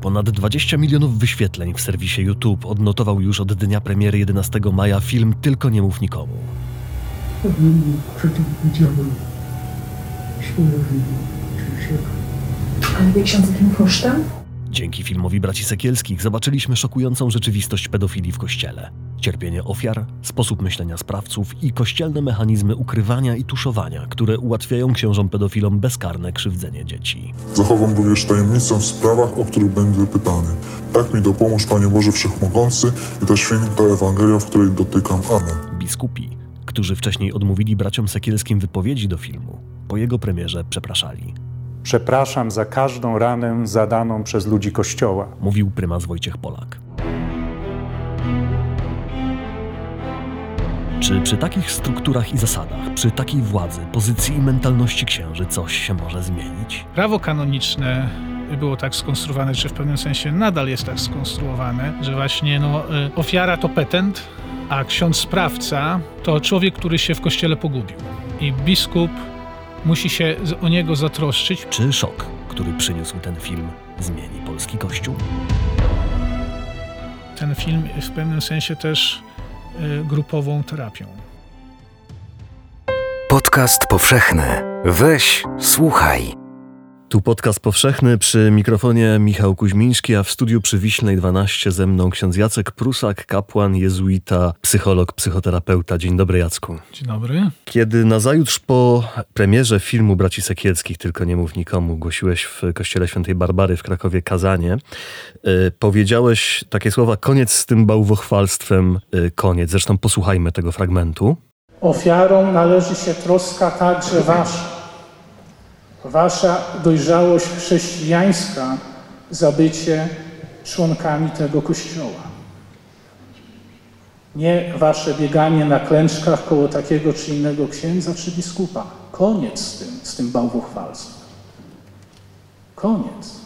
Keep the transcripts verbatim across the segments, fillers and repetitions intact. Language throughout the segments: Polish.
Ponad dwadzieścia milionów wyświetleń w serwisie YouTube odnotował już od dnia premiery jedenastego maja film Tylko nie mów nikomu. Ale wie ksiądz jakim kosztem? Dzięki filmowi braci Sekielskich zobaczyliśmy szokującą rzeczywistość pedofilii w Kościele. Cierpienie ofiar, sposób myślenia sprawców i kościelne mechanizmy ukrywania i tuszowania, które ułatwiają księżom pedofilom bezkarne krzywdzenie dzieci. Zachowam również tajemnicę w sprawach, o których będę pytany. Tak mi dopomóż, Panie Boże Wszechmogący, i ta święta Ewangelia, w której dotykam. Amen. Biskupi, którzy wcześniej odmówili braciom Sekielskim wypowiedzi do filmu, po jego premierze przepraszali. Przepraszam za każdą ranę zadaną przez ludzi Kościoła. Mówił prymas Wojciech Polak. Czy przy takich strukturach i zasadach, przy takiej władzy, pozycji i mentalności księży coś się może zmienić? Prawo kanoniczne było tak skonstruowane, czy w pewnym sensie nadal jest tak skonstruowane, że właśnie no, ofiara to petent, a ksiądz sprawca to człowiek, który się w Kościele pogubił. I biskup musi się o niego zatroszczyć. Czy szok, który przyniósł ten film, zmieni polski Kościół? Ten film jest w pewnym sensie też y, grupową terapią. Podcast powszechny. Weź, słuchaj. Tu podcast powszechny, przy mikrofonie Michał Kuźmiński, a w studiu przy Wiślnej dwanaście ze mną ksiądz Jacek Prusak, kapłan, jezuita, psycholog, psychoterapeuta. Dzień dobry, Jacku. Dzień dobry. Kiedy nazajutrz po premierze filmu braci Sekielskich Tylko nie mów nikomu głosiłeś w kościele świętej Barbary w Krakowie kazanie, yy, powiedziałeś takie słowa: koniec z tym bałwochwalstwem, yy, koniec. Zresztą posłuchajmy tego fragmentu. Ofiarą należy się troska także wasza. Wasza dojrzałość chrześcijańska za bycie członkami tego Kościoła. Nie wasze bieganie na klęczkach koło takiego czy innego księdza czy biskupa. Koniec z tym, z tym bałwochwalstwem. Koniec.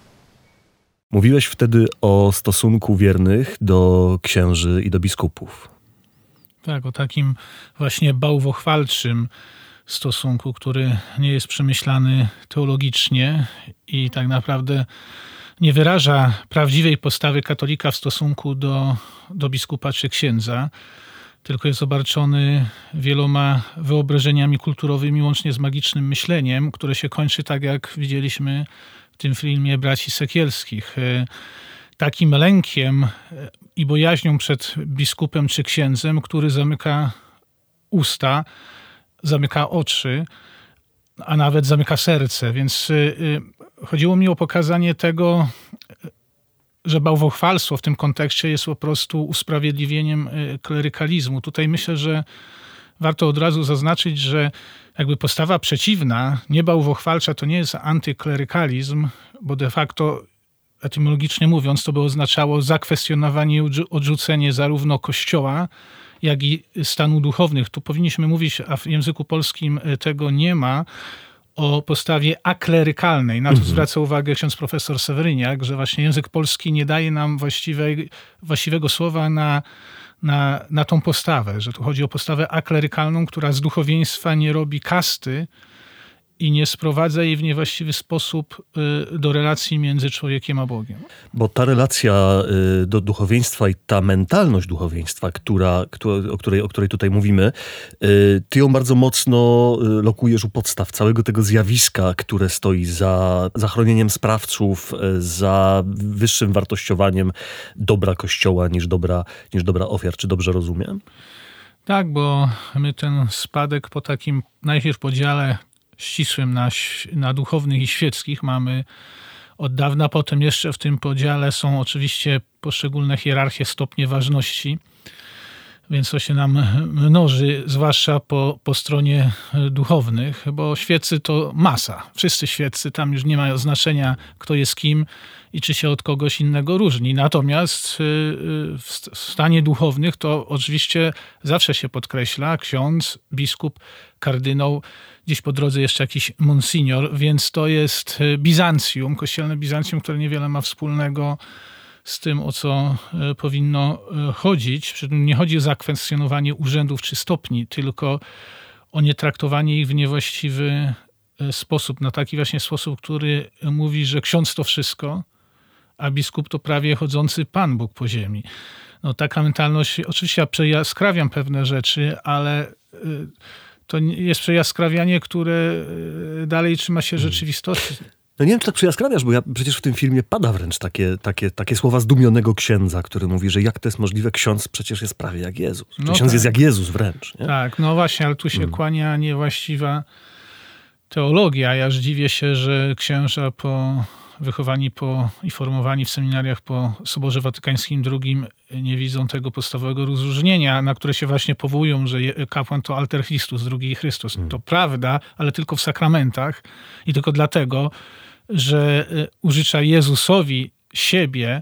Mówiłeś wtedy o stosunku wiernych do księży i do biskupów. Tak, o takim właśnie bałwochwalczym stosunku, który nie jest przemyślany teologicznie i tak naprawdę nie wyraża prawdziwej postawy katolika w stosunku do, do biskupa czy księdza, tylko jest obarczony wieloma wyobrażeniami kulturowymi, łącznie z magicznym myśleniem, które się kończy tak, jak widzieliśmy w tym filmie braci Sekielskich. Takim lękiem i bojaźnią przed biskupem czy księdzem, który zamyka usta, zamyka oczy, a nawet zamyka serce. Więc y, chodziło mi o pokazanie tego, że bałwochwalstwo w tym kontekście jest po prostu usprawiedliwieniem y, klerykalizmu. Tutaj myślę, że warto od razu zaznaczyć, że jakby postawa przeciwna, nie bałwochwalcza, to nie jest antyklerykalizm, bo de facto etymologicznie mówiąc, to by oznaczało zakwestionowanie i odrzucenie zarówno Kościoła, jak i stanu duchownych. Tu powinniśmy mówić, a w języku polskim tego nie ma, o postawie aklerykalnej. Na to mhm. zwraca uwagę ksiądz profesor Seweryniak, że właśnie język polski nie daje nam właściwej, właściwego słowa na, na, na tą postawę, że tu chodzi o postawę aklerykalną, która z duchowieństwa nie robi kasty i nie sprowadza jej w niewłaściwy sposób do relacji między człowiekiem a Bogiem. Bo ta relacja do duchowieństwa i ta mentalność duchowieństwa, która, o, której, o której tutaj mówimy, ty ją bardzo mocno lokujesz u podstaw całego tego zjawiska, które stoi za, za chronieniem sprawców, za wyższym wartościowaniem dobra Kościoła niż dobra, niż dobra ofiar. Czy dobrze rozumiem? Tak, bo my ten spadek po takim najpierw podziale ścisłym na, na duchownych i świeckich mamy od dawna. Potem jeszcze w tym podziale są oczywiście poszczególne hierarchie, stopnie ważności, więc to się nam mnoży, zwłaszcza po, po stronie duchownych, bo świeccy to masa. Wszyscy świeccy, tam już nie ma znaczenia, kto jest kim i czy się od kogoś innego różni. Natomiast w stanie duchownych to oczywiście zawsze się podkreśla ksiądz, biskup, kardynał, gdzieś po drodze jeszcze jakiś monsignor, więc to jest Bizancjum, kościelne Bizancjum, które niewiele ma wspólnego z tym, o co powinno chodzić. Przy czym nie chodzi o zakwestionowanie urzędów czy stopni, tylko o nietraktowanie ich w niewłaściwy sposób, na taki właśnie sposób, który mówi, że ksiądz to wszystko, a biskup to prawie chodzący Pan Bóg po ziemi. No, taka mentalność, oczywiście ja przejaskrawiam pewne rzeczy, ale to jest przejaskrawianie, które dalej trzyma się rzeczywistości. No nie wiem, czy tak przyjaskrawiasz, bo ja, przecież w tym filmie pada wręcz takie, takie, takie słowa zdumionego księdza, który mówi, że jak to jest możliwe, ksiądz przecież jest prawie jak Jezus. No ksiądz tak. jest jak Jezus wręcz. Nie? Tak, no właśnie, ale tu się hmm. kłania niewłaściwa teologia. Ja aż dziwię się, że księża po wychowani, po, i formowani w seminariach po Soborze Watykańskim drugim nie widzą tego podstawowego rozróżnienia, na które się właśnie powołują, że kapłan to alter Christus, drugi Chrystus. Hmm. To prawda, ale tylko w sakramentach i tylko dlatego, że użycza Jezusowi siebie,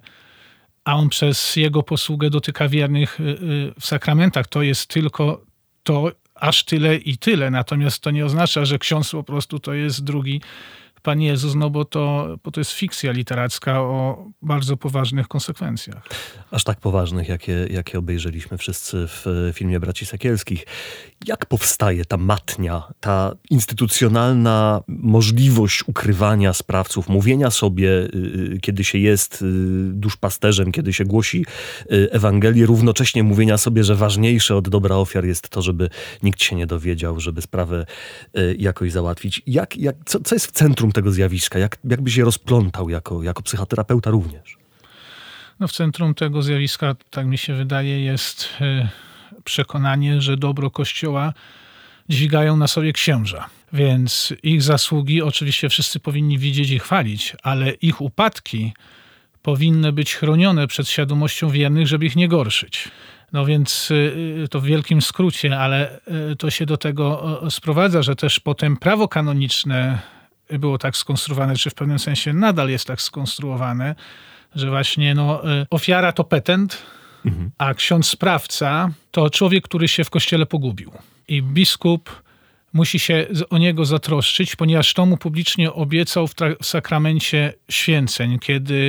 a on przez jego posługę dotyka wiernych w sakramentach. To jest tylko to, aż tyle i tyle. Natomiast to nie oznacza, że ksiądz po prostu to jest drugi Pan Jezus, no bo to, bo to jest fikcja literacka o bardzo poważnych konsekwencjach. Aż tak poważnych, jakie, jakie obejrzeliśmy wszyscy w filmie Braci Sekielskich. Jak powstaje ta matnia, ta instytucjonalna możliwość ukrywania sprawców, mówienia sobie, kiedy się jest duszpasterzem, kiedy się głosi Ewangelię, równocześnie mówienia sobie, że ważniejsze od dobra ofiar jest to, żeby nikt się nie dowiedział, żeby sprawę jakoś załatwić. Jak, jak, co, co jest w centrum tego zjawiska? Jak, jak byś je rozplątał jako, jako psychoterapeuta również? No w centrum tego zjawiska, tak mi się wydaje, jest przekonanie, że dobro Kościoła dźwigają na sobie księża. Więc ich zasługi oczywiście wszyscy powinni widzieć i chwalić, ale ich upadki powinny być chronione przed świadomością wiernych, żeby ich nie gorszyć. No więc to w wielkim skrócie, ale to się do tego sprowadza, że też potem prawo kanoniczne było tak skonstruowane, czy w pewnym sensie nadal jest tak skonstruowane, że właśnie no, ofiara to petent, mhm. a ksiądz sprawca to człowiek, który się w Kościele pogubił. I biskup musi się o niego zatroszczyć, ponieważ to mu publicznie obiecał w, tra- w sakramencie święceń, kiedy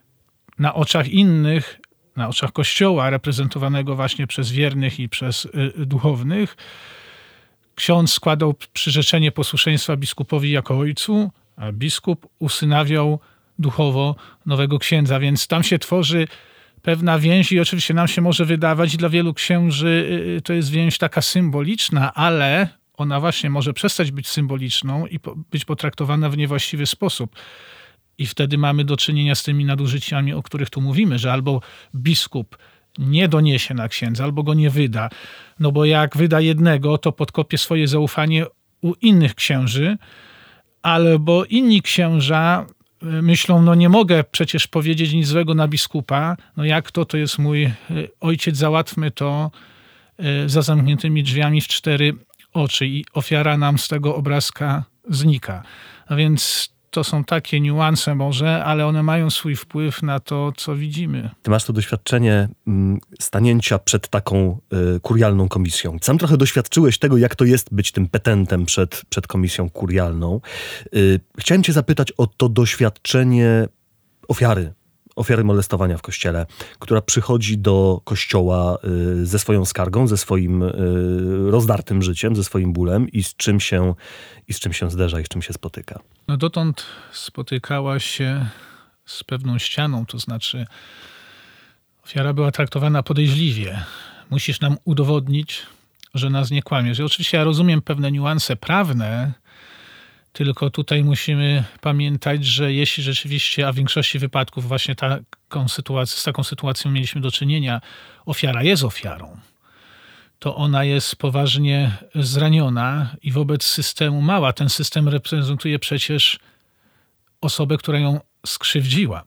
na oczach innych, na oczach Kościoła reprezentowanego właśnie przez wiernych i przez y, duchownych, ksiądz składał przyrzeczenie posłuszeństwa biskupowi jako ojcu, a biskup usynawiał duchowo nowego księdza, więc tam się tworzy pewna więź i oczywiście nam się może wydawać, dla wielu księży to jest więź taka symboliczna, ale ona właśnie może przestać być symboliczną i być potraktowana w niewłaściwy sposób. I wtedy mamy do czynienia z tymi nadużyciami, o których tu mówimy, że albo biskup nie doniesie na księdza, albo go nie wyda. No bo jak wyda jednego, to podkopie swoje zaufanie u innych księży, albo inni księża myślą, no nie mogę przecież powiedzieć nic złego na biskupa, no jak to, to jest mój ojciec, załatwmy to za zamkniętymi drzwiami w cztery oczy i ofiara nam z tego obrazka znika. A więc to są takie niuanse może, ale one mają swój wpływ na to, co widzimy. Ty masz to doświadczenie stanięcia przed taką y, kurialną komisją. Sam trochę doświadczyłeś tego, jak to jest być tym petentem przed, przed komisją kurialną. Y, chciałem cię zapytać o to doświadczenie ofiary, ofiary molestowania w kościele, która przychodzi do kościoła y, ze swoją skargą, ze swoim y, rozdartym życiem, ze swoim bólem i z czym się, i z czym się zderza i z czym się spotyka. No dotąd spotykała się z pewną ścianą, to znaczy ofiara była traktowana podejrzliwie. Musisz nam udowodnić, że nas nie kłamiesz. I oczywiście ja rozumiem pewne niuanse prawne, tylko tutaj musimy pamiętać, że jeśli rzeczywiście, a w większości wypadków właśnie taką sytuację, z taką sytuacją mieliśmy do czynienia, ofiara jest ofiarą, to ona jest poważnie zraniona i wobec systemu mała. Ten system reprezentuje przecież osobę, która ją skrzywdziła.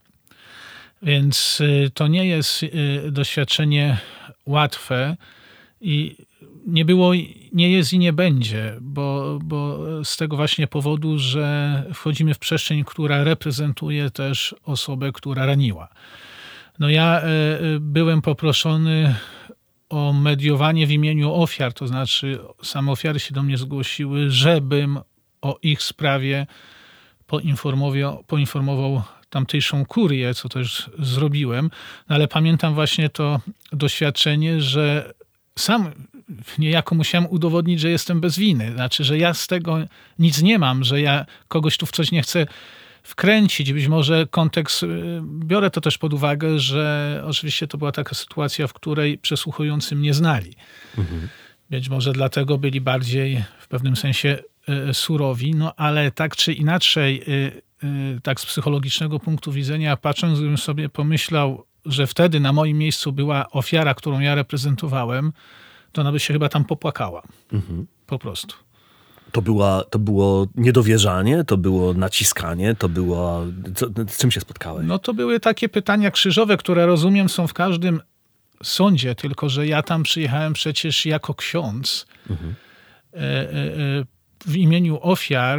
Więc to nie jest doświadczenie łatwe i nie było, nie jest i nie będzie, bo, bo z tego właśnie powodu, że wchodzimy w przestrzeń, która reprezentuje też osobę, która raniła. No ja byłem poproszony o mediowanie w imieniu ofiar, to znaczy same ofiary się do mnie zgłosiły, żebym o ich sprawie poinformował, poinformował tamtejszą kurię, co też zrobiłem. No ale pamiętam właśnie to doświadczenie, że sam niejako musiałem udowodnić, że jestem bez winy. Znaczy, że ja z tego nic nie mam, że ja kogoś tu w coś nie chcę wkręcić. Być może kontekst, biorę to też pod uwagę, że oczywiście to była taka sytuacja, w której przesłuchujący mnie znali. Mhm. Być może dlatego byli bardziej w pewnym sensie surowi, no ale tak czy inaczej, tak z psychologicznego punktu widzenia patrząc, gdybym sobie pomyślał, że wtedy na moim miejscu była ofiara, którą ja reprezentowałem, to ona by się chyba tam popłakała. Mhm. Po prostu. To, była, to było niedowierzanie, to było naciskanie, to było... Co, z czym się spotkałeś? No to były takie pytania krzyżowe, które rozumiem są w każdym sądzie, tylko że ja tam przyjechałem przecież jako ksiądz mhm. w imieniu ofiar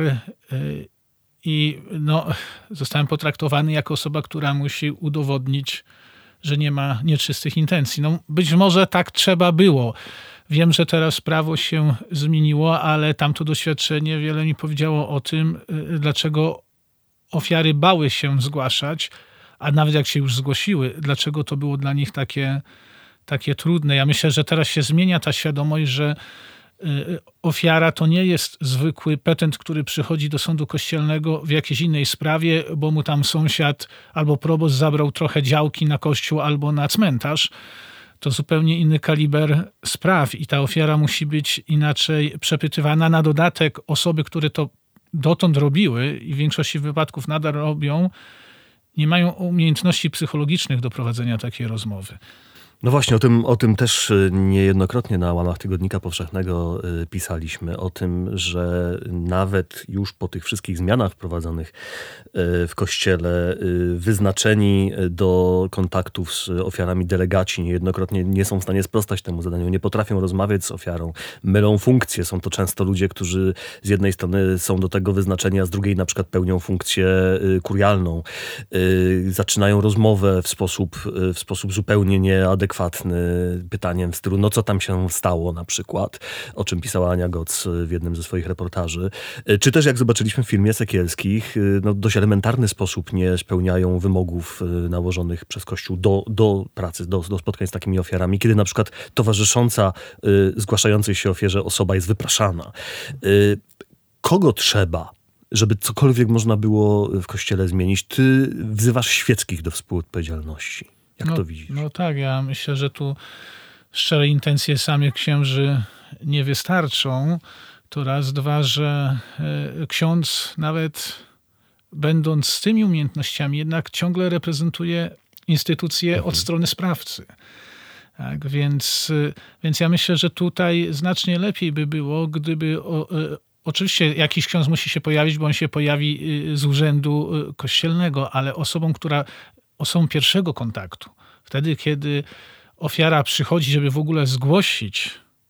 i no, zostałem potraktowany jako osoba, która musi udowodnić, że nie ma nieczystych intencji. No, być może tak trzeba było. Wiem, że teraz prawo się zmieniło, ale tamto doświadczenie wiele mi powiedziało o tym, dlaczego ofiary bały się zgłaszać, a nawet jak się już zgłosiły, dlaczego to było dla nich takie, takie trudne. Ja myślę, że teraz się zmienia ta świadomość, że ofiara to nie jest zwykły petent, który przychodzi do sądu kościelnego w jakiejś innej sprawie, bo mu tam sąsiad albo proboszcz zabrał trochę działki na kościół albo na cmentarz. To zupełnie inny kaliber spraw i ta ofiara musi być inaczej przepytywana. Na dodatek osoby, które to dotąd robiły i w większości wypadków nadal robią, nie mają umiejętności psychologicznych do prowadzenia takiej rozmowy. No właśnie, o tym, o tym też niejednokrotnie na łamach Tygodnika Powszechnego pisaliśmy. O tym, że nawet już po tych wszystkich zmianach wprowadzonych w Kościele wyznaczeni do kontaktów z ofiarami delegaci niejednokrotnie nie są w stanie sprostać temu zadaniu. Nie potrafią rozmawiać z ofiarą. Mylą funkcje. Są to często ludzie, którzy z jednej strony są do tego wyznaczeni, a z drugiej na przykład pełnią funkcję kurialną. Zaczynają rozmowę w sposób, w sposób zupełnie nieadekwatny. Pytaniem w stylu, no co tam się stało na przykład, o czym pisała Ania Goc w jednym ze swoich reportaży. Czy też jak zobaczyliśmy w filmie Sekielskich, no dość elementarny sposób nie spełniają wymogów nałożonych przez Kościół do, do pracy, do, do spotkań z takimi ofiarami, kiedy na przykład towarzysząca y, zgłaszającej się ofierze osoba jest wypraszana. Y, kogo trzeba, żeby cokolwiek można było w Kościele zmienić? Ty wzywasz świeckich do współodpowiedzialności. Jak no, to widzisz? No tak, ja myślę, że tu szczere intencje samych księży nie wystarczą. To raz, dwa, że ksiądz nawet będąc z tymi umiejętnościami jednak ciągle reprezentuje instytucję mhm. od strony sprawcy. Tak, więc, więc ja myślę, że tutaj znacznie lepiej by było, gdyby... O, Oczywiście jakiś ksiądz musi się pojawić, bo on się pojawi z urzędu kościelnego, ale osobą, która osobą pierwszego kontaktu, wtedy kiedy ofiara przychodzi, żeby w ogóle zgłosić,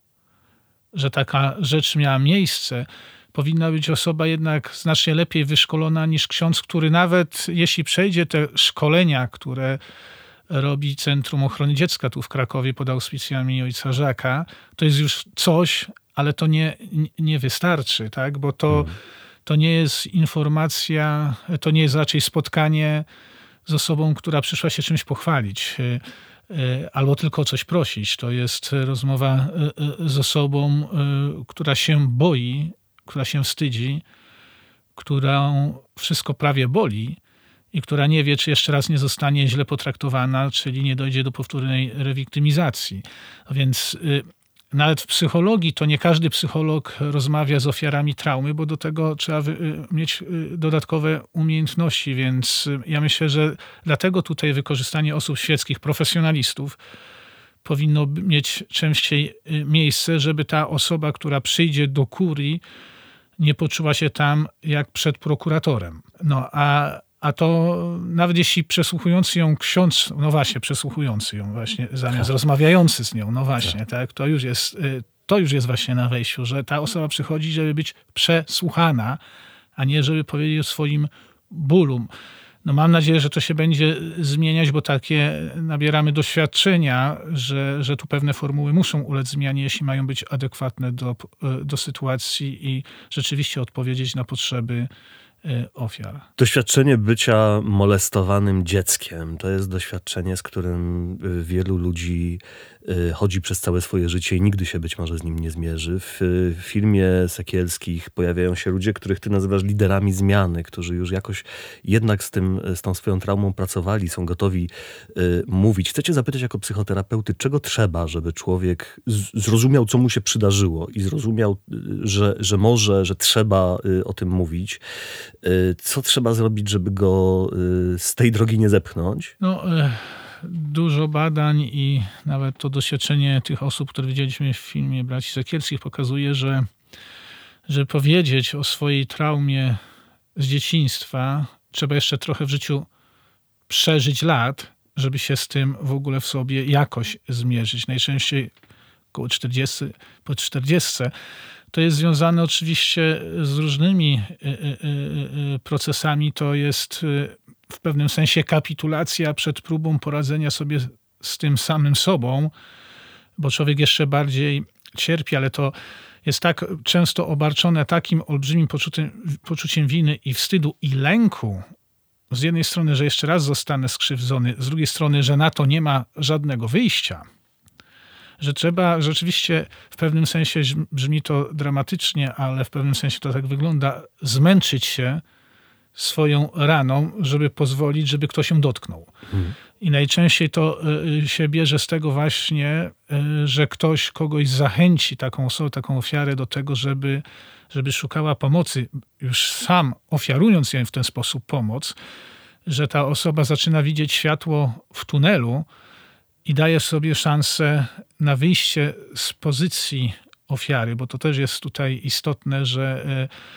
że taka rzecz miała miejsce, powinna być osoba jednak znacznie lepiej wyszkolona niż ksiądz, który nawet jeśli przejdzie te szkolenia, które robi Centrum Ochrony Dziecka tu w Krakowie pod auspicjami ojca Żaka, to jest już coś, ale to nie, nie wystarczy, tak? Bo to, hmm. to nie jest informacja, to nie jest raczej spotkanie z osobą, która przyszła się czymś pochwalić albo tylko o coś prosić. To jest rozmowa z osobą, która się boi, która się wstydzi, którą wszystko prawie boli i która nie wie, czy jeszcze raz nie zostanie źle potraktowana, czyli nie dojdzie do powtórnej rewiktymizacji. Więc nawet w psychologii to nie każdy psycholog rozmawia z ofiarami traumy, bo do tego trzeba mieć dodatkowe umiejętności, więc ja myślę, że dlatego tutaj wykorzystanie osób świeckich, profesjonalistów powinno mieć częściej miejsce, żeby ta osoba, która przyjdzie do kurii, nie poczuła się tam jak przed prokuratorem. No a A to nawet jeśli przesłuchujący ją ksiądz, no właśnie, przesłuchujący ją właśnie, zamiast rozmawiający z nią, no właśnie, tak, to już jest, to już jest właśnie na wejściu, że ta osoba przychodzi, żeby być przesłuchana, a nie żeby powiedzieć o swoim bólu. No mam nadzieję, że to się będzie zmieniać, bo takie nabieramy doświadczenia, że, że tu pewne formuły muszą ulec zmianie, jeśli mają być adekwatne do, do sytuacji i rzeczywiście odpowiedzieć na potrzeby ofiar. Doświadczenie bycia molestowanym dzieckiem to jest doświadczenie, z którym wielu ludzi chodzi przez całe swoje życie i nigdy się być może z nim nie zmierzy. W filmie Sekielskich pojawiają się ludzie, których ty nazywasz liderami zmiany, którzy już jakoś jednak z tym, z tą swoją traumą pracowali, są gotowi y, mówić. Chcę cię zapytać jako psychoterapeuty, czego trzeba, żeby człowiek z- zrozumiał, co mu się przydarzyło i zrozumiał, y, że, że może, że trzeba y, o tym mówić. Y, co trzeba zrobić, żeby go y, z tej drogi nie zepchnąć? No, y- Dużo badań i nawet to doświadczenie tych osób, które widzieliśmy w filmie braci Sekielskich, pokazuje, że żeby powiedzieć o swojej traumie z dzieciństwa, trzeba jeszcze trochę w życiu przeżyć lat, żeby się z tym w ogóle w sobie jakoś zmierzyć. Najczęściej około czterdziestki, po czterdziestce. To jest związane oczywiście z różnymi y, y, y, procesami. To jest y, w pewnym sensie kapitulacja przed próbą poradzenia sobie z tym samym sobą, bo człowiek jeszcze bardziej cierpi, ale to jest tak często obarczone takim olbrzymim poczuciem, poczuciem winy i wstydu i lęku. Z jednej strony, że jeszcze raz zostanę skrzywdzony, z drugiej strony, że na to nie ma żadnego wyjścia. Że trzeba rzeczywiście, w pewnym sensie brzmi to dramatycznie, ale w pewnym sensie to tak wygląda, zmęczyć się swoją raną, żeby pozwolić, żeby ktoś ją dotknął. Hmm. I najczęściej to się bierze z tego właśnie, że ktoś kogoś zachęci, taką osobę, taką ofiarę do tego, żeby, żeby szukała pomocy, już sam ofiarując jej w ten sposób pomoc, że ta osoba zaczyna widzieć światło w tunelu i daje sobie szansę na wyjście z pozycji ofiary, bo to też jest tutaj istotne, że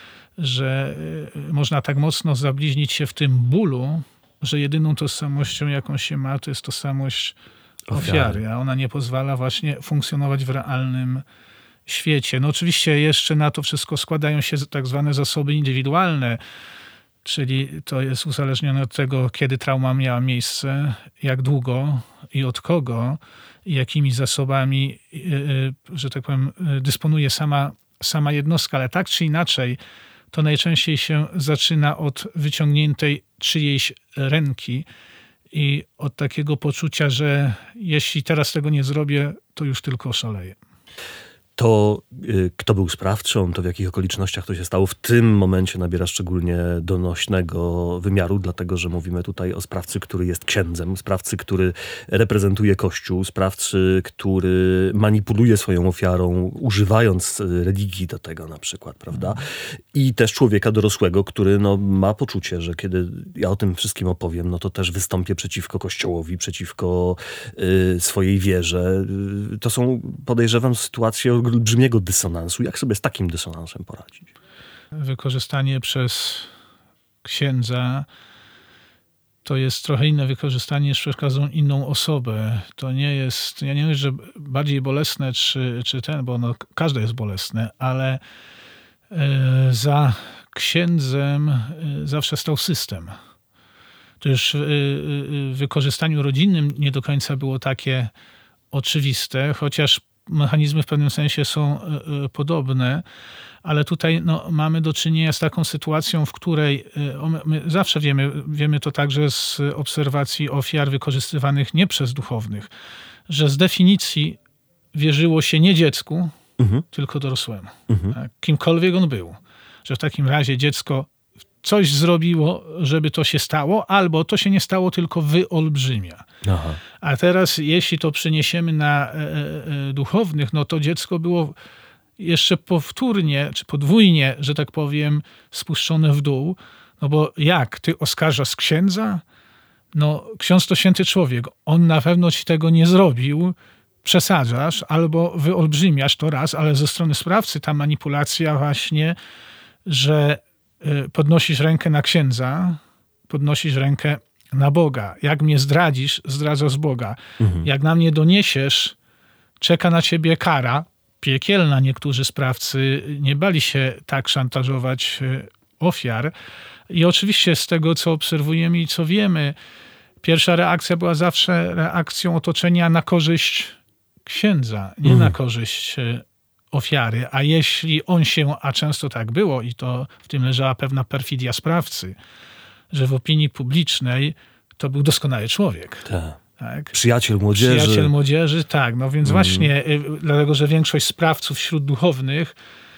że można tak mocno zabliźnić się w tym bólu, że jedyną tożsamością, jaką się ma, to jest tożsamość ofiary, a ona nie pozwala właśnie funkcjonować w realnym świecie. No oczywiście jeszcze na to wszystko składają się tak zwane zasoby indywidualne, czyli to jest uzależnione od tego, kiedy trauma miała miejsce, jak długo i od kogo i jakimi zasobami, że tak powiem, dysponuje sama, sama jednostka, ale tak czy inaczej to najczęściej się zaczyna od wyciągniętej czyjejś ręki i od takiego poczucia, że jeśli teraz tego nie zrobię, to już tylko oszaleję. To y, kto był sprawcą, to w jakich okolicznościach to się stało, w tym momencie nabiera szczególnie donośnego wymiaru, dlatego że mówimy tutaj o sprawcy, który jest księdzem, sprawcy, który reprezentuje Kościół, sprawcy, który manipuluje swoją ofiarą, używając religii do tego na przykład, prawda? I też człowieka dorosłego, który no, ma poczucie, że kiedy ja o tym wszystkim opowiem, no to też wystąpię przeciwko Kościołowi, przeciwko y, swojej wierze. Y, to są, podejrzewam, sytuacje olbrzymiego dysonansu. Jak sobie z takim dysonansem poradzić? Wykorzystanie przez księdza to jest trochę inne wykorzystanie niż przez każdą inną osobę. To nie jest, ja nie wiem, że bardziej bolesne czy, czy ten, bo no, każde jest bolesne, ale y, za księdzem y, zawsze stał system. To już w y, y, wykorzystaniu rodzinnym nie do końca było takie oczywiste, chociaż mechanizmy w pewnym sensie są y, podobne, ale tutaj no, mamy do czynienia z taką sytuacją, w której y, my zawsze wiemy, wiemy to także z obserwacji ofiar wykorzystywanych nie przez duchownych, że z definicji wierzyło się nie dziecku, mhm. tylko dorosłemu. Mhm. Tak? Kimkolwiek on był. Że w takim razie dziecko coś zrobiło, żeby to się stało, albo to się nie stało, tylko wyolbrzymia. Aha. A teraz, jeśli to przeniesiemy na e, e, duchownych, no to dziecko było jeszcze powtórnie, czy podwójnie, że tak powiem, spuszczone w dół. No bo jak? Ty oskarżasz księdza? No ksiądz to święty człowiek. On na pewno ci tego nie zrobił. Przesadzasz albo wyolbrzymiasz to raz, ale ze strony sprawcy ta manipulacja właśnie, że podnosisz rękę na księdza, podnosisz rękę na Boga. Jak mnie zdradzisz, zdradzasz Boga. Mhm. Jak na mnie doniesiesz, czeka na ciebie kara piekielna. Niektórzy sprawcy nie bali się tak szantażować ofiar. I oczywiście z tego, co obserwujemy i co wiemy, pierwsza reakcja była zawsze reakcją otoczenia na korzyść księdza, nie mhm. na korzyść ofiary, a jeśli on się, a często tak było i to w tym leżała pewna perfidia sprawcy, że w opinii publicznej to był doskonały człowiek. Tak. Tak. Przyjaciel młodzieży. Przyjaciel młodzieży, tak. No więc mm. właśnie, y, dlatego, że większość sprawców wśród duchownych,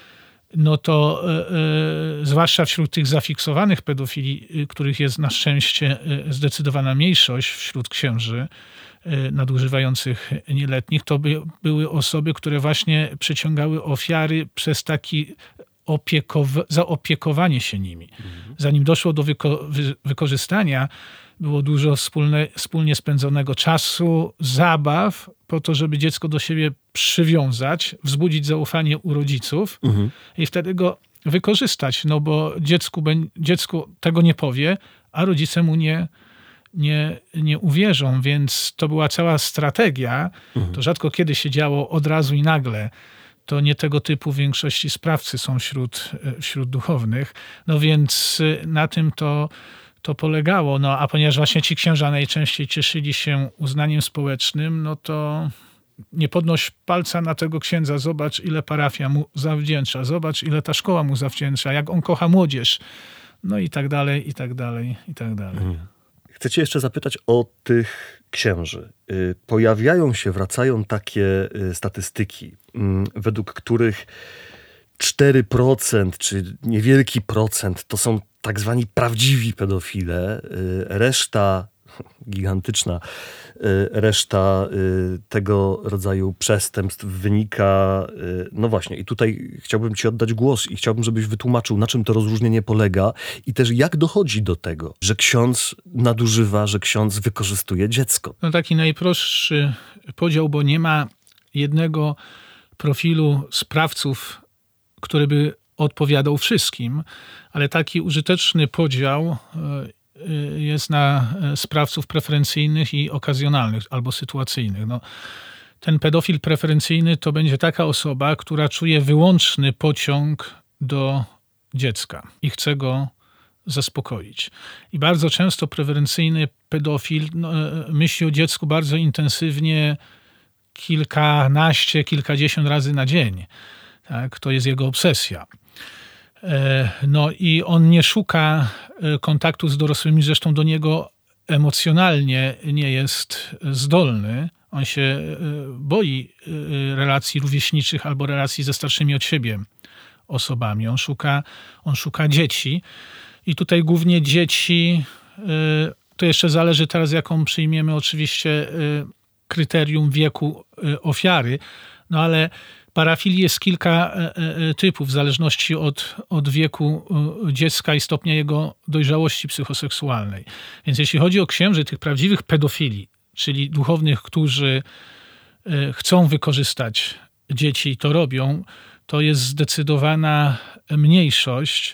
no to y, y, zwłaszcza wśród tych zafiksowanych pedofili, y, których jest na szczęście y, zdecydowana mniejszość wśród księży y, nadużywających nieletnich, to by, były osoby, które właśnie przyciągały ofiary przez taki opiekow- zaopiekowanie się nimi. Mm. Zanim doszło do wyko- wy- wykorzystania, było dużo wspólne, wspólnie spędzonego czasu, zabaw, po to, żeby dziecko do siebie przywiązać, wzbudzić zaufanie u rodziców mhm. i wtedy go wykorzystać, no bo dziecku, dziecku tego nie powie, a rodzice mu nie, nie, nie uwierzą, więc to była cała strategia. Mhm. To rzadko kiedy się działo od razu i nagle. To nie tego typu w większości sprawcy są wśród, wśród duchownych. No więc na tym to To polegało, no a ponieważ właśnie ci księża najczęściej cieszyli się uznaniem społecznym, no to nie podnoś palca na tego księdza, zobacz ile parafia mu zawdzięcza, zobacz ile ta szkoła mu zawdzięcza, jak on kocha młodzież, no i tak dalej, i tak dalej, i tak dalej. Chcę cię jeszcze zapytać o tych księży. Pojawiają się, wracają takie statystyki, według których cztery procent, czy niewielki procent, to są tak zwani prawdziwi pedofile. Reszta, gigantyczna reszta tego rodzaju przestępstw wynika... No właśnie, i tutaj chciałbym ci oddać głos i chciałbym, żebyś wytłumaczył, na czym to rozróżnienie polega i też jak dochodzi do tego, że ksiądz nadużywa, że ksiądz wykorzystuje dziecko. No taki najprostszy podział, bo nie ma jednego profilu sprawców, który by odpowiadał wszystkim, ale taki użyteczny podział jest na sprawców preferencyjnych i okazjonalnych albo sytuacyjnych. No, ten pedofil preferencyjny to będzie taka osoba, która czuje wyłączny pociąg do dziecka i chce go zaspokoić. I bardzo często preferencyjny pedofil no, myśli o dziecku bardzo intensywnie kilkanaście, kilkadziesiąt razy na dzień. Tak? To jest jego obsesja. No i on nie szuka kontaktu z dorosłymi, zresztą do niego emocjonalnie nie jest zdolny. On się boi relacji rówieśniczych albo relacji ze starszymi od siebie osobami. On szuka, on szuka dzieci i tutaj głównie dzieci, to jeszcze zależy teraz jaką przyjmiemy oczywiście kryterium wieku ofiary, no ale parafilii jest kilka typów w zależności od, od wieku dziecka i stopnia jego dojrzałości psychoseksualnej. Więc jeśli chodzi o księży, tych prawdziwych pedofili, czyli duchownych, którzy chcą wykorzystać dzieci i to robią, to jest zdecydowana mniejszość.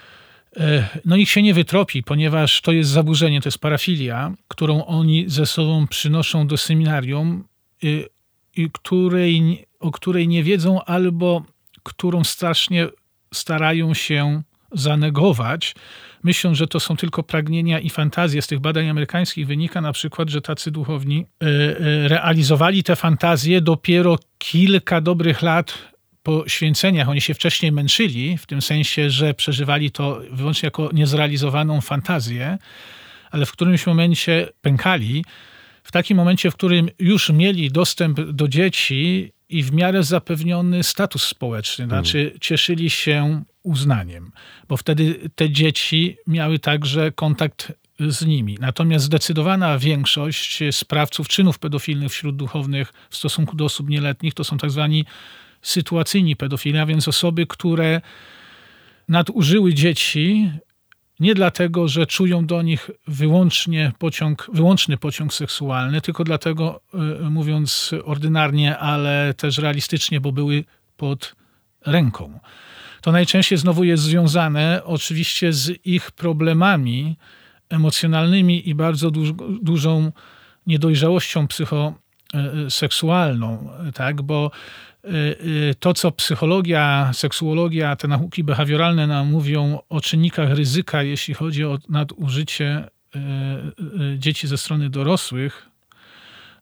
No ich się nie wytropi, ponieważ to jest zaburzenie, to jest parafilia, którą oni ze sobą przynoszą do seminarium i której, o której nie wiedzą albo którą strasznie starają się zanegować. Myślą, że to są tylko pragnienia i fantazje. Z tych badań amerykańskich wynika na przykład, że tacy duchowni realizowali te fantazje dopiero kilka dobrych lat po święceniach. Oni się wcześniej męczyli, w tym sensie, że przeżywali to wyłącznie jako niezrealizowaną fantazję, ale w którymś momencie pękali. W takim momencie, w którym już mieli dostęp do dzieci i w miarę zapewniony status społeczny, znaczy cieszyli się uznaniem, bo wtedy te dzieci miały także kontakt z nimi. Natomiast zdecydowana większość sprawców czynów pedofilnych wśród duchownych w stosunku do osób nieletnich to są tak zwani sytuacyjni pedofile, a więc osoby, które nadużyły dzieci nie dlatego, że czują do nich wyłącznie pociąg, wyłączny pociąg seksualny, tylko dlatego, mówiąc ordynarnie, ale też realistycznie, bo były pod ręką. To najczęściej znowu jest związane oczywiście z ich problemami emocjonalnymi i bardzo duż, dużą niedojrzałością psychoseksualną, tak? Bo to, co psychologia, seksuologia, te nauki behawioralne nam mówią o czynnikach ryzyka, jeśli chodzi o nadużycie dzieci ze strony dorosłych,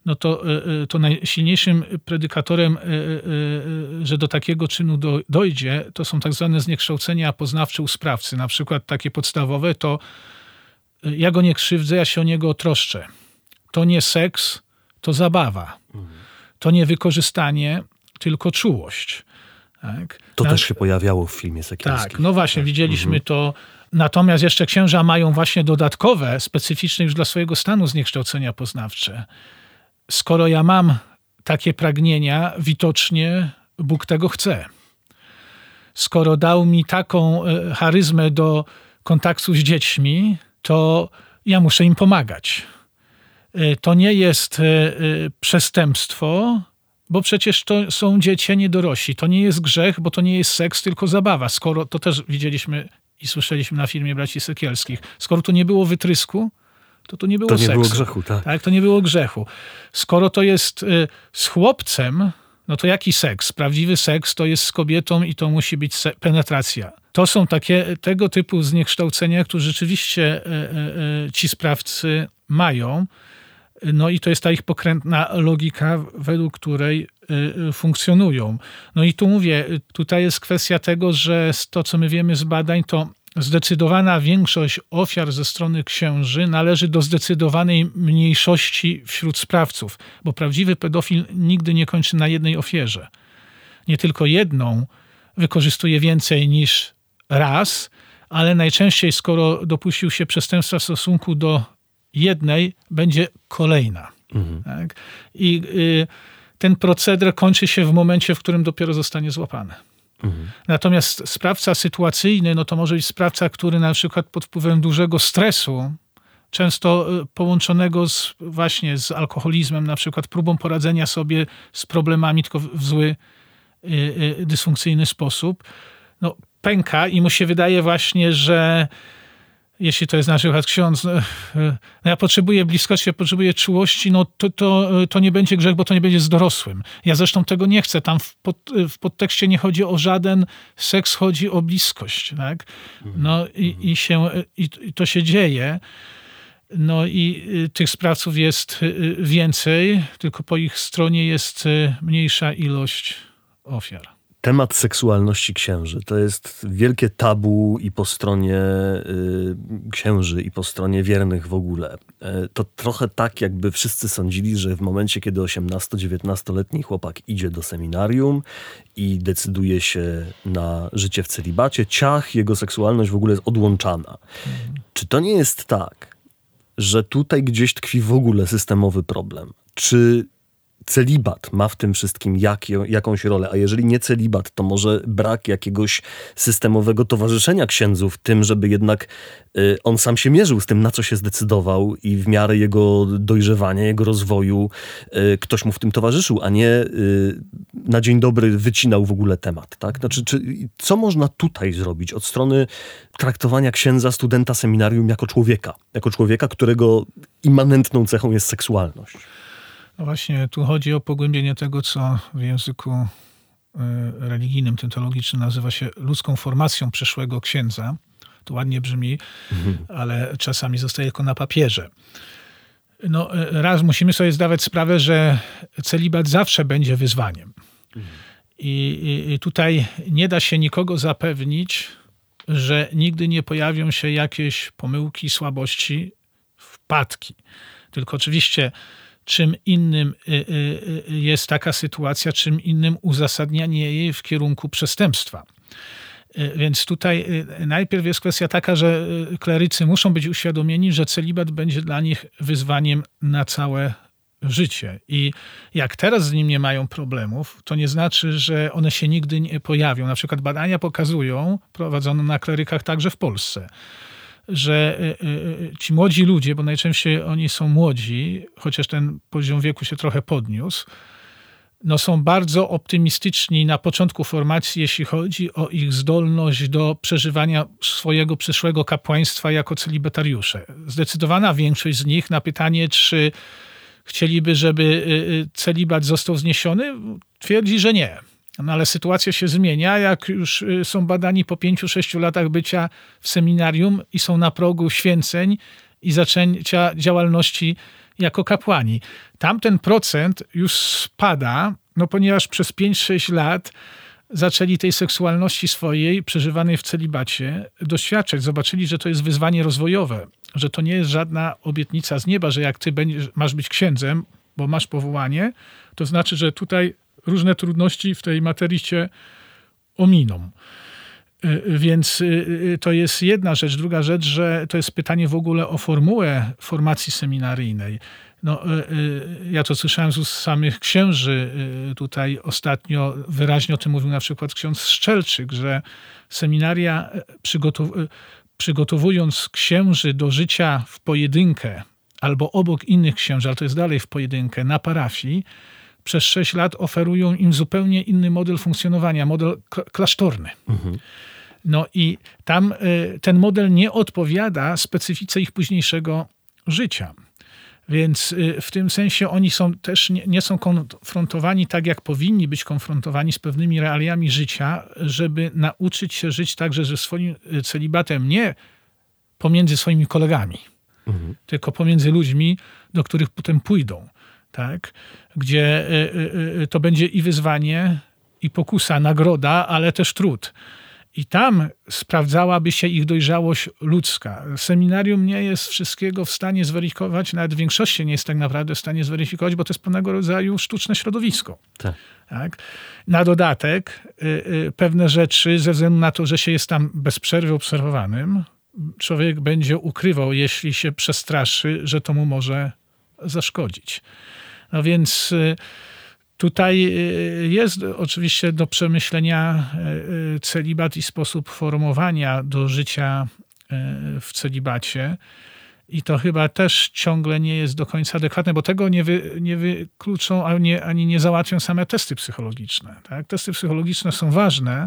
no to, to najsilniejszym predykatorem, że do takiego czynu dojdzie, to są tak zwane zniekształcenia poznawcze u sprawcy. Na przykład takie podstawowe to ja go nie krzywdzę, ja się o niego troszczę. To nie seks, to zabawa. To nie wykorzystanie, tylko czułość. Tak? To Na... też się pojawiało w filmie Sekielskich. Tak, no właśnie, tak. widzieliśmy mhm. to. Natomiast jeszcze księża mają właśnie dodatkowe, specyficzne już dla swojego stanu zniekształcenia poznawcze. Skoro ja mam takie pragnienia, widocznie Bóg tego chce. Skoro dał mi taką charyzmę do kontaktu z dziećmi, to ja muszę im pomagać. To nie jest przestępstwo, bo przecież to są dzieci, nie dorośli. To nie jest grzech, bo to nie jest seks, tylko zabawa. Skoro, to też widzieliśmy i słyszeliśmy na filmie braci Sekielskich, skoro to nie było wytrysku, to to nie było seksu. To nie seksu. było grzechu, tak. tak. To nie było grzechu. Skoro to jest y, z chłopcem, no to jaki seks? Prawdziwy seks to jest z kobietą i to musi być se- penetracja. To są takie, tego typu zniekształcenia, które rzeczywiście y, y, y, ci sprawcy mają. No i to jest ta ich pokrętna logika, według której y, funkcjonują. No i tu mówię, tutaj jest kwestia tego, że to, co my wiemy z badań, to zdecydowana większość ofiar ze strony księży należy do zdecydowanej mniejszości wśród sprawców, bo prawdziwy pedofil nigdy nie kończy na jednej ofierze. Nie tylko jedną wykorzystuje więcej niż raz, ale najczęściej, skoro dopuścił się przestępstwa w stosunku do jednej, będzie kolejna. Mhm. Tak? I y, ten proceder kończy się w momencie, w którym dopiero zostanie złapany. Mhm. Natomiast sprawca sytuacyjny, no to może być sprawca, który na przykład pod wpływem dużego stresu, często połączonego z, właśnie z alkoholizmem, na przykład próbą poradzenia sobie z problemami, tylko w zły, y, y, dysfunkcyjny sposób, no pęka i mu się wydaje właśnie, że jeśli to jest na przykład ksiądz, no, no ja potrzebuję bliskości, ja potrzebuję czułości, no to, to, to nie będzie grzech, bo to nie będzie z dorosłym. Ja zresztą tego nie chcę. Tam w, pod, w podtekście nie chodzi o żaden seks, chodzi o bliskość. Tak? No i, i, się, i, i to się dzieje. No i tych sprawców jest więcej, tylko po ich stronie jest mniejsza ilość ofiar. Temat seksualności księży to jest wielkie tabu i po stronie y, księży, i po stronie wiernych w ogóle. Y, to trochę tak, jakby wszyscy sądzili, że w momencie, kiedy osiemnasto-dziewiętnastoletni chłopak idzie do seminarium i decyduje się na życie w celibacie, ciach, jego seksualność w ogóle jest odłączana. Mhm. Czy to nie jest tak, że tutaj gdzieś tkwi w ogóle systemowy problem? Czy celibat ma w tym wszystkim jak, jakąś rolę, a jeżeli nie celibat, to może brak jakiegoś systemowego towarzyszenia księdzu w tym, żeby jednak y, on sam się mierzył z tym, na co się zdecydował i w miarę jego dojrzewania, jego rozwoju y, ktoś mu w tym towarzyszył, a nie y, na dzień dobry wycinał w ogóle temat. Tak? Znaczy, czy, co można tutaj zrobić od strony traktowania księdza, studenta seminarium jako człowieka, jako człowieka, którego immanentną cechą jest seksualność? No właśnie, tu chodzi o pogłębienie tego, co w języku religijnym, tym teologicznym nazywa się ludzką formacją przyszłego księdza. To ładnie brzmi, mhm. ale czasami zostaje tylko na papierze. No, raz musimy sobie zdawać sprawę, że celibat zawsze będzie wyzwaniem. Mhm. I, I tutaj nie da się nikogo zapewnić, że nigdy nie pojawią się jakieś pomyłki, słabości, wpadki. Tylko oczywiście czym innym jest taka sytuacja, czym innym uzasadnianie jej w kierunku przestępstwa. Więc tutaj najpierw jest kwestia taka, że klerycy muszą być uświadomieni, że celibat będzie dla nich wyzwaniem na całe życie. I jak teraz z nim nie mają problemów, to nie znaczy, że one się nigdy nie pojawią. Na przykład badania pokazują, prowadzone na klerykach także w Polsce, że ci młodzi ludzie, bo najczęściej oni są młodzi, chociaż ten poziom wieku się trochę podniósł, no są bardzo optymistyczni na początku formacji, jeśli chodzi o ich zdolność do przeżywania swojego przyszłego kapłaństwa jako celibatariusze. Zdecydowana większość z nich na pytanie, czy chcieliby, żeby celibat został zniesiony, twierdzi, że nie. No ale sytuacja się zmienia, jak już są badani po pięciu, sześciu latach bycia w seminarium i są na progu święceń i zaczęcia działalności jako kapłani. Tamten procent już spada, no ponieważ przez pięć sześć lat zaczęli tej seksualności swojej, przeżywanej w celibacie, doświadczać. Zobaczyli, że to jest wyzwanie rozwojowe, że to nie jest żadna obietnica z nieba, że jak ty będziesz, masz być księdzem, bo masz powołanie, to znaczy, że tutaj różne trudności w tej materii cię ominą. Więc to jest jedna rzecz. Druga rzecz, że to jest pytanie w ogóle o formułę formacji seminaryjnej. No, ja to słyszałem z ust samych księży. Tutaj ostatnio wyraźnie o tym mówił na przykład ksiądz Szczelczyk, że seminaria przygotow- przygotowując księży do życia w pojedynkę albo obok innych księży, ale to jest dalej w pojedynkę, na parafii, przez sześć lat oferują im zupełnie inny model funkcjonowania, model klasztorny. Mhm. No i tam ten model nie odpowiada specyfice ich późniejszego życia. Więc w tym sensie oni są też nie, nie są konfrontowani tak, jak powinni być konfrontowani z pewnymi realiami życia, żeby nauczyć się żyć także ze swoim celibatem nie pomiędzy swoimi kolegami, mhm. tylko pomiędzy ludźmi, do których potem pójdą. Tak? Gdzie to będzie i wyzwanie, i pokusa, nagroda, ale też trud. I tam sprawdzałaby się ich dojrzałość ludzka. Seminarium nie jest wszystkiego w stanie zweryfikować, nawet w większości nie jest tak naprawdę w stanie zweryfikować, bo to jest pewnego rodzaju sztuczne środowisko. Tak. Tak? Na dodatek y, y, pewne rzeczy, ze względu na to, że się jest tam bez przerwy obserwowanym, człowiek będzie ukrywał, jeśli się przestraszy, że to mu może zaszkodzić. No więc y, tutaj jest oczywiście do przemyślenia celibat i sposób formowania do życia w celibacie. I to chyba też ciągle nie jest do końca adekwatne, bo tego nie, wy, nie wykluczą ani, ani nie załatwią same testy psychologiczne. Tak? Testy psychologiczne są ważne,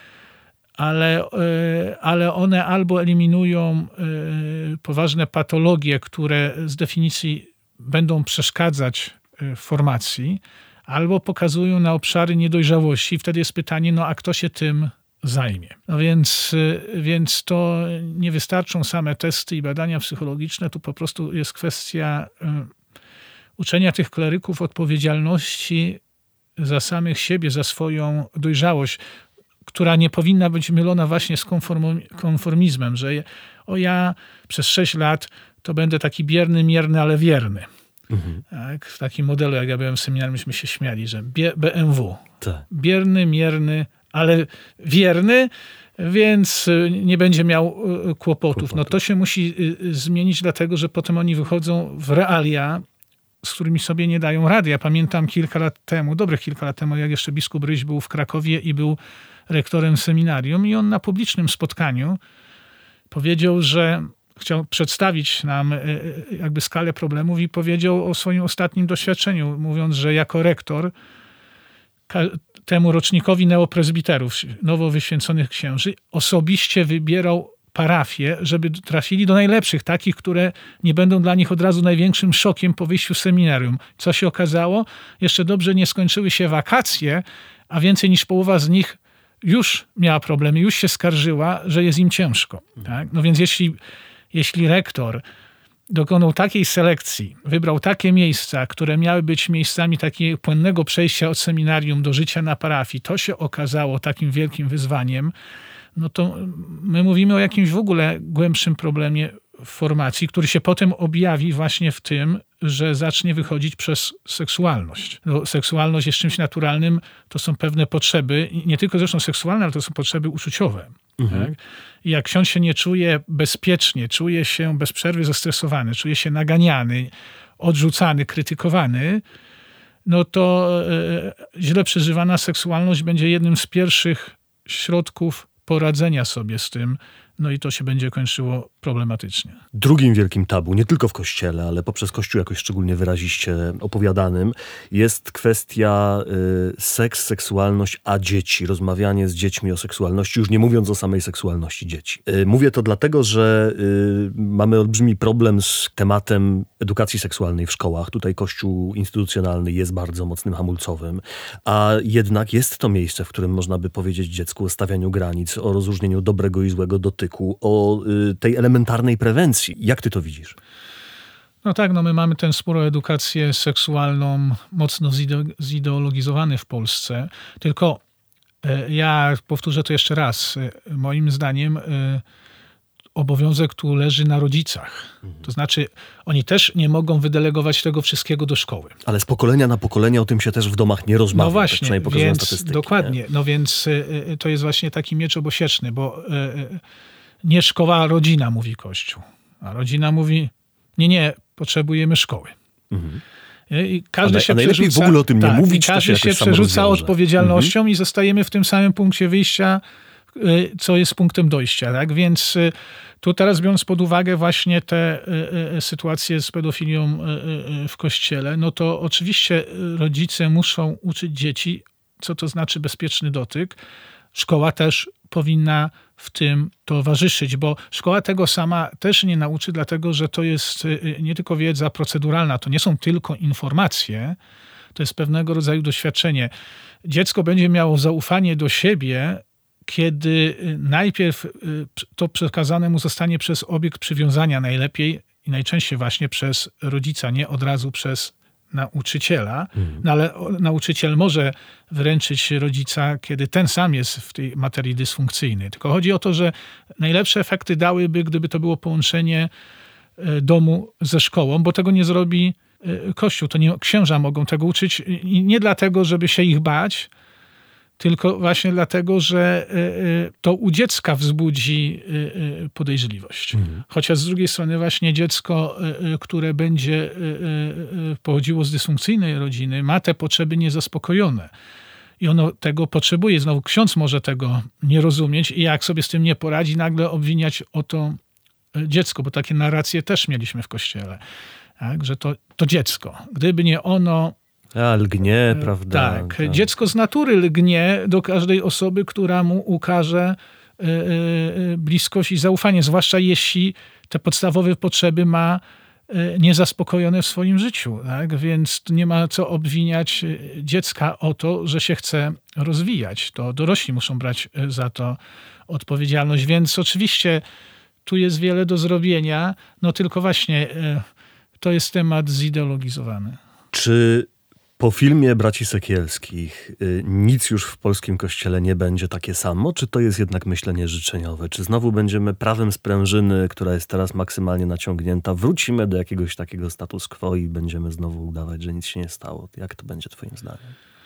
ale, ale one albo eliminują poważne patologie, które z definicji będą przeszkadzać formacji, albo pokazują na obszary niedojrzałości. I wtedy jest pytanie, no a kto się tym zajmie? No więc, więc to nie wystarczą same testy i badania psychologiczne. Tu po prostu jest kwestia uczenia tych kleryków odpowiedzialności za samych siebie, za swoją dojrzałość, która nie powinna być mylona właśnie z konformizmem, że o ja przez sześć lat to będę taki bierny, mierny, ale wierny. Mhm. Tak, w takim modelu, jak ja byłem w seminarium, myśmy się śmiali, że B M W. Tak. Bierny, mierny, ale wierny, więc nie będzie miał kłopotów. Kłopotu. No to się musi zmienić, dlatego że potem oni wychodzą w realia, z którymi sobie nie dają rady. Ja pamiętam kilka lat temu, dobrych kilka lat temu, jak jeszcze biskup Ryś był w Krakowie i był rektorem seminarium i on na publicznym spotkaniu powiedział, że chciał przedstawić nam jakby skalę problemów i powiedział o swoim ostatnim doświadczeniu, mówiąc, że jako rektor temu rocznikowi neoprezbiterów, nowo wyświęconych księży, osobiście wybierał parafie, żeby trafili do najlepszych, takich, które nie będą dla nich od razu największym szokiem po wyjściu z seminarium. Co się okazało? Jeszcze dobrze nie skończyły się wakacje, a więcej niż połowa z nich już miała problemy, już się skarżyła, że jest im ciężko. Tak? No więc jeśli Jeśli rektor dokonał takiej selekcji, wybrał takie miejsca, które miały być miejscami takiego płynnego przejścia od seminarium do życia na parafii, to się okazało takim wielkim wyzwaniem, no to my mówimy o jakimś w ogóle głębszym problemie w formacji, który się potem objawi właśnie w tym, że zacznie wychodzić przez seksualność. No, seksualność jest czymś naturalnym, to są pewne potrzeby, nie tylko zresztą seksualne, ale to są potrzeby uczuciowe. Mhm. Tak? I jak ksiądz się nie czuje bezpiecznie, czuje się bez przerwy zestresowany, czuje się naganiany, odrzucany, krytykowany, no to e, źle przeżywana seksualność będzie jednym z pierwszych środków poradzenia sobie z tym, no i to się będzie kończyło problematycznie. Drugim wielkim tabu, nie tylko w Kościele, ale poprzez Kościół jakoś szczególnie wyraziście opowiadanym, jest kwestia y, seks, seksualność, a dzieci. Rozmawianie z dziećmi o seksualności, już nie mówiąc o samej seksualności dzieci. Y, mówię to dlatego, że y, mamy olbrzymi problem z tematem edukacji seksualnej w szkołach. Tutaj Kościół instytucjonalny jest bardzo mocnym hamulcowym, a jednak jest to miejsce, w którym można by powiedzieć dziecku o stawianiu granic, o rozróżnieniu dobrego i złego dotyku, dotyku, o y, tej elementarnej prewencji. Jak ty to widzisz? No tak, no my mamy tę spór o edukację seksualną mocno zide- zideologizowany w Polsce. Tylko y, ja powtórzę to jeszcze raz. Y, moim zdaniem y, obowiązek tu leży na rodzicach. Mhm. To znaczy oni też nie mogą wydelegować tego wszystkiego do szkoły. Ale z pokolenia na pokolenie o tym się też w domach nie rozmawia. No właśnie, tak więc dokładnie. Nie? No więc y, to jest właśnie taki miecz obosieczny, bo y, y, nie szkoła, rodzina mówi Kościół. A rodzina mówi, nie, nie, potrzebujemy szkoły. Mhm. I każdy ale, się a najlepiej przerzuca, w ogóle o tym tak, nie mówić, każdy to się, się przerzuca odpowiedzialnością mhm. i zostajemy w tym samym punkcie wyjścia, co jest punktem dojścia. Tak? Więc tu teraz biorąc pod uwagę właśnie te sytuacje z pedofilią w Kościele, no to oczywiście rodzice muszą uczyć dzieci, co to znaczy bezpieczny dotyk. Szkoła też powinna w tym towarzyszyć, bo szkoła tego sama też nie nauczy, dlatego że to jest nie tylko wiedza proceduralna, to nie są tylko informacje, to jest pewnego rodzaju doświadczenie. Dziecko będzie miało zaufanie do siebie, kiedy najpierw to przekazane mu zostanie przez obiekt przywiązania, najlepiej i najczęściej właśnie przez rodzica, nie od razu przez nauczyciela, mhm. no ale nauczyciel może wręczyć rodzica, kiedy ten sam jest w tej materii dysfunkcyjny. Tylko chodzi o to, że najlepsze efekty dałyby, gdyby to było połączenie domu ze szkołą, bo tego nie zrobi Kościół. To nie księża mogą tego uczyć i nie dlatego, żeby się ich bać, tylko właśnie dlatego, że to u dziecka wzbudzi podejrzliwość. Mhm. Chociaż z drugiej strony właśnie dziecko, które będzie pochodziło z dysfunkcyjnej rodziny, ma te potrzeby niezaspokojone. I ono tego potrzebuje. Znowu ksiądz może tego nie rozumieć i jak sobie z tym nie poradzi, nagle obwiniać o to dziecko, bo takie narracje też mieliśmy w Kościele. Tak? Że to, to dziecko. Gdyby nie ono... A, lgnie, prawda? Tak. tak. Dziecko z natury lgnie do każdej osoby, która mu ukaże y, y, bliskość i zaufanie, zwłaszcza jeśli te podstawowe potrzeby ma y, niezaspokojone w swoim życiu. Tak? Więc nie ma co obwiniać dziecka o to, że się chce rozwijać. To dorośli muszą brać za to odpowiedzialność. Więc oczywiście tu jest wiele do zrobienia, no tylko właśnie y, to jest temat zideologizowany. Czy po filmie Braci Sekielskich y, nic już w polskim kościele nie będzie takie samo? Czy to jest jednak myślenie życzeniowe? Czy znowu będziemy prawem sprężyny, która jest teraz maksymalnie naciągnięta, wrócimy do jakiegoś takiego status quo i będziemy znowu udawać, że nic się nie stało? Jak to będzie twoim zdaniem?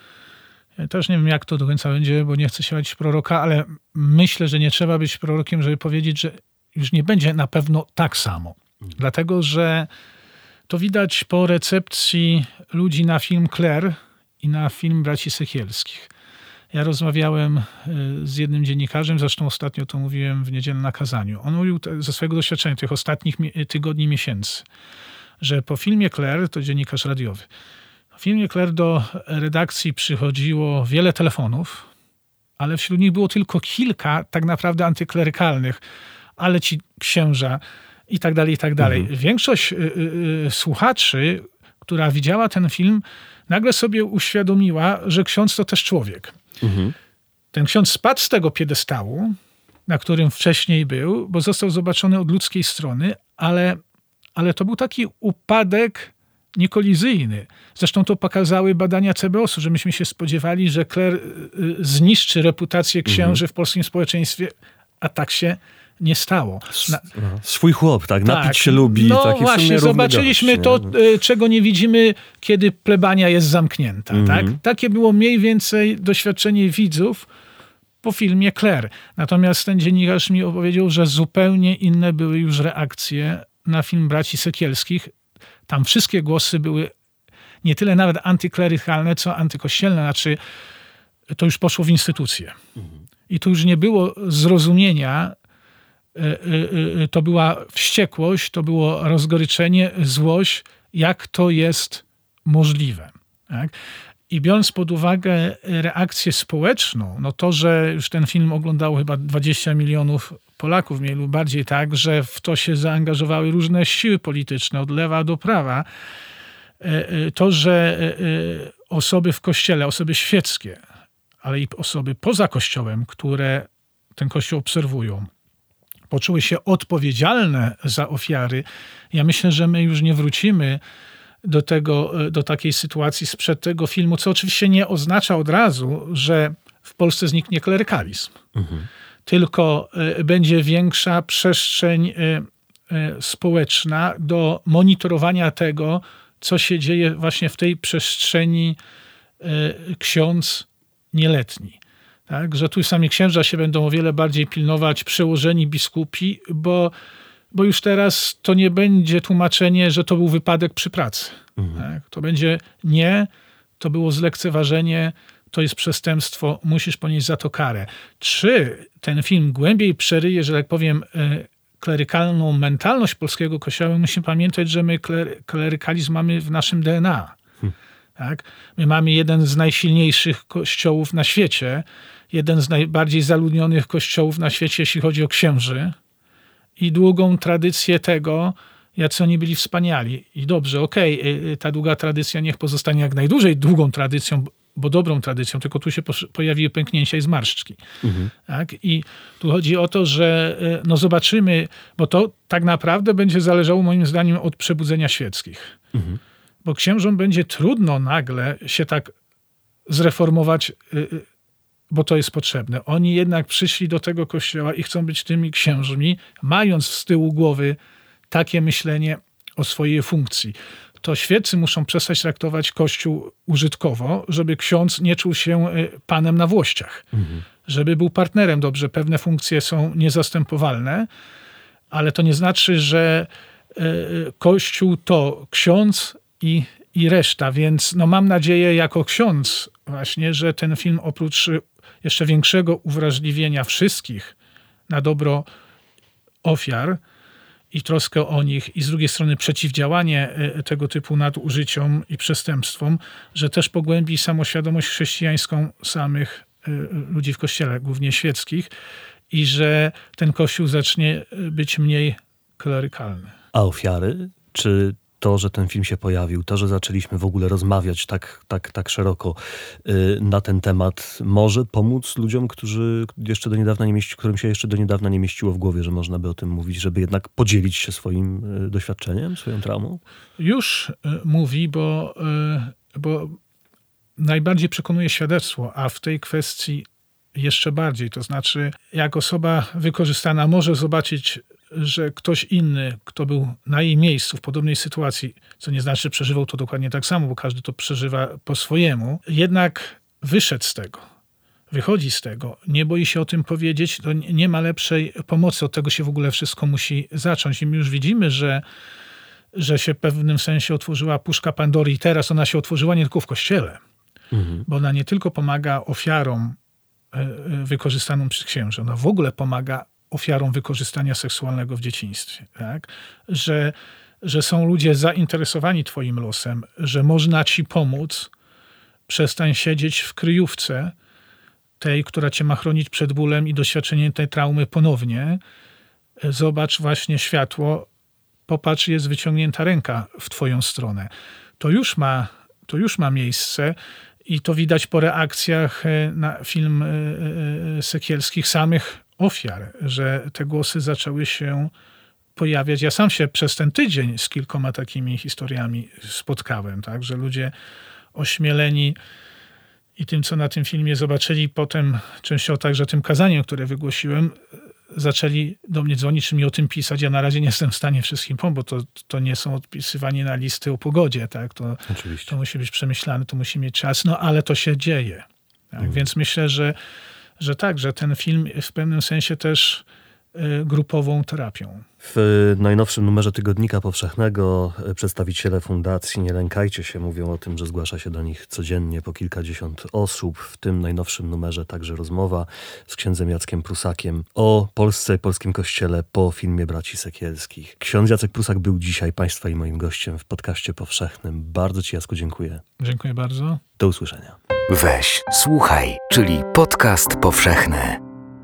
Ja też nie wiem, jak to do końca będzie, bo nie chcę się bać proroka, ale myślę, że nie trzeba być prorokiem, żeby powiedzieć, że już nie będzie na pewno tak samo. Hmm. Dlatego, że to widać po recepcji ludzi na film Claire i na film Braci Sekielskich. Ja rozmawiałem z jednym dziennikarzem, zresztą ostatnio to mówiłem w niedzielę na kazaniu. On mówił ze swojego doświadczenia tych ostatnich tygodni, miesięcy, że po filmie Claire, to dziennikarz radiowy, po filmie Claire do redakcji przychodziło wiele telefonów, ale wśród nich było tylko kilka tak naprawdę antyklerykalnych, ale ci księża i tak dalej, i tak dalej. Mhm. Większość y, y, słuchaczy, która widziała ten film, nagle sobie uświadomiła, że ksiądz to też człowiek. Mhm. Ten ksiądz spadł z tego piedestału, na którym wcześniej był, bo został zobaczony od ludzkiej strony, ale, ale to był taki upadek niekolizyjny. Zresztą to pokazały badania C B O S u, że myśmy się spodziewali, że Claire y, zniszczy reputację księży mhm. w polskim społeczeństwie, a tak się nie stało. Na... Swój chłop, tak? Napić tak. się lubi. No taki właśnie, zobaczyliśmy gość, to, czego nie widzimy, kiedy plebania jest zamknięta. Mm-hmm. Tak? Takie było mniej więcej doświadczenie widzów po filmie Claire. Natomiast ten dziennikarz mi opowiedział, że zupełnie inne były już reakcje na film Braci Sekielskich. Tam wszystkie głosy były nie tyle nawet antyklerykalne, co antykościelne. Znaczy, to już poszło w instytucje. Mm-hmm. I tu już nie było zrozumienia. To była wściekłość, to było rozgoryczenie, złość, jak to jest możliwe. Tak? I biorąc pod uwagę reakcję społeczną, no to, że już ten film oglądało chyba dwadzieścia milionów Polaków, mniej lub bardziej tak, że w to się zaangażowały różne siły polityczne, od lewa do prawa, to, że osoby w kościele, osoby świeckie, ale i osoby poza kościołem, które ten kościół obserwują, poczuły się odpowiedzialne za ofiary, ja myślę, że my już nie wrócimy do tego, do takiej sytuacji sprzed tego filmu, co oczywiście nie oznacza od razu, że w Polsce zniknie klerykalizm. Mhm. Tylko będzie większa przestrzeń społeczna do monitorowania tego, co się dzieje właśnie w tej przestrzeni ksiądz nieletni. Tak? Że tu sami księża się będą o wiele bardziej pilnować, przełożeni biskupi, bo, bo już teraz to nie będzie tłumaczenie, że to był wypadek przy pracy. Mhm. Tak? To będzie nie, to było zlekceważenie, to jest przestępstwo, musisz ponieść za to karę. Czy ten film głębiej przeryje, że tak powiem, klerykalną mentalność polskiego kościoła? Musimy pamiętać, że my klerykalizm mamy w naszym D N A. Hmm. Tak? My mamy jeden z najsilniejszych kościołów na świecie, jeden z najbardziej zaludnionych kościołów na świecie, jeśli chodzi o księży, i długą tradycję tego, jacy oni byli wspaniali. I dobrze, okej, okay, ta długa tradycja niech pozostanie jak najdłużej długą tradycją, bo dobrą tradycją, tylko tu się pojawiły pęknięcia i zmarszczki. Mhm. Tak? I tu chodzi o to, że no zobaczymy, bo to tak naprawdę będzie zależało moim zdaniem od przebudzenia świeckich. Mhm. Bo księżom będzie trudno nagle się tak zreformować, bo to jest potrzebne. Oni jednak przyszli do tego kościoła i chcą być tymi księżmi, mając z tyłu głowy takie myślenie o swojej funkcji. To świeccy muszą przestać traktować Kościół użytkowo, żeby ksiądz nie czuł się panem na włościach. Mhm. Żeby był partnerem. Dobrze, pewne funkcje są niezastępowalne, ale to nie znaczy, że Kościół to ksiądz i, i reszta. Więc no mam nadzieję jako ksiądz właśnie, że ten film oprócz jeszcze większego uwrażliwienia wszystkich na dobro ofiar i troskę o nich i z drugiej strony przeciwdziałanie tego typu nadużyciom i przestępstwom, że też pogłębi samoświadomość chrześcijańską samych ludzi w Kościele, głównie świeckich, i że ten Kościół zacznie być mniej klerykalny. A ofiary? Czy to, że ten film się pojawił, to, że zaczęliśmy w ogóle rozmawiać tak, tak, tak szeroko y, na ten temat, może pomóc ludziom, którzy jeszcze do niedawna nie mieści, którym się jeszcze do niedawna nie mieściło w głowie, że można by o tym mówić, żeby jednak podzielić się swoim y, doświadczeniem, swoją traumą? Już y, mówi, bo, y, bo najbardziej przekonuje świadectwo, a w tej kwestii jeszcze bardziej. To znaczy, jak osoba wykorzystana może zobaczyć, że ktoś inny, kto był na jej miejscu w podobnej sytuacji, co nie znaczy, że przeżywał to dokładnie tak samo, bo każdy to przeżywa po swojemu, jednak wyszedł z tego, wychodzi z tego, nie boi się o tym powiedzieć, to nie ma lepszej pomocy. Od tego się w ogóle wszystko musi zacząć. I my już widzimy, że, że się w pewnym sensie otworzyła puszka Pandory i teraz ona się otworzyła nie tylko w Kościele, mhm. bo ona nie tylko pomaga ofiarom wykorzystanym przez księży, ona w ogóle pomaga ofiarom wykorzystania seksualnego w dzieciństwie. Tak? Że, że są ludzie zainteresowani twoim losem, że można ci pomóc. Przestań siedzieć w kryjówce tej, która cię ma chronić przed bólem i doświadczeniem tej traumy ponownie. Zobacz właśnie światło, popatrz, jest wyciągnięta ręka w twoją stronę. To już ma, to już ma miejsce i to widać po reakcjach na film Sekielskich samych ofiar, że te głosy zaczęły się pojawiać. Ja sam się przez ten tydzień z kilkoma takimi historiami spotkałem, tak, że ludzie ośmieleni i tym, co na tym filmie zobaczyli, potem częściowo także tym kazaniem, które wygłosiłem, zaczęli do mnie dzwonić, czy mi o tym pisać. Ja na razie nie jestem w stanie wszystkim pomóc, bo to, to nie są odpisywanie na listy o pogodzie. Tak? To, to musi być przemyślane, to musi mieć czas, no ale to się dzieje. Tak? Mhm. Więc myślę, że że tak, że ten film w pewnym sensie też y, grupową terapią. W najnowszym numerze Tygodnika Powszechnego przedstawiciele fundacji Nie Lękajcie się mówią o tym, że zgłasza się do nich codziennie po kilkadziesiąt osób. W tym najnowszym numerze także rozmowa z księdzem Jackiem Prusakiem o Polsce i polskim kościele po filmie braci Sekielskich. Ksiądz Jacek Prusak był dzisiaj Państwa i moim gościem w podcaście powszechnym. Bardzo Ci, Jacku, dziękuję. Dziękuję bardzo. Do usłyszenia. Weź, słuchaj, czyli podcast powszechny.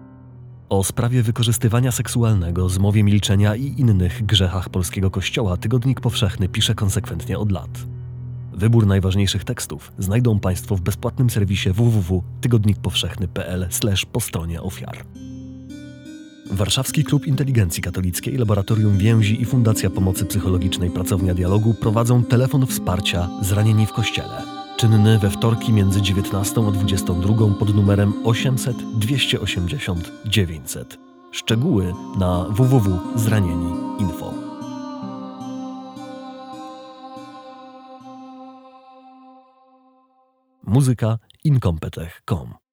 O sprawie wykorzystywania seksualnego, zmowie milczenia i innych grzechach polskiego kościoła Tygodnik Powszechny pisze konsekwentnie od lat. Wybór najważniejszych tekstów znajdą Państwo w bezpłatnym serwisie w w w kropka tygodnik powszechny kropka p l slash po stronie ofiar. Warszawski Klub Inteligencji Katolickiej, Laboratorium Więzi i Fundacja Pomocy Psychologicznej Pracownia Dialogu prowadzą telefon wsparcia Zranieni w Kościele. Czynny we wtorki między dziewiętnastą a dwudziestą drugą pod numerem osiemset dwieście osiemdziesiąt dziewięćset. Szczegóły na w w w kropka zranieni kropka info. Muzyka incompetech kropka com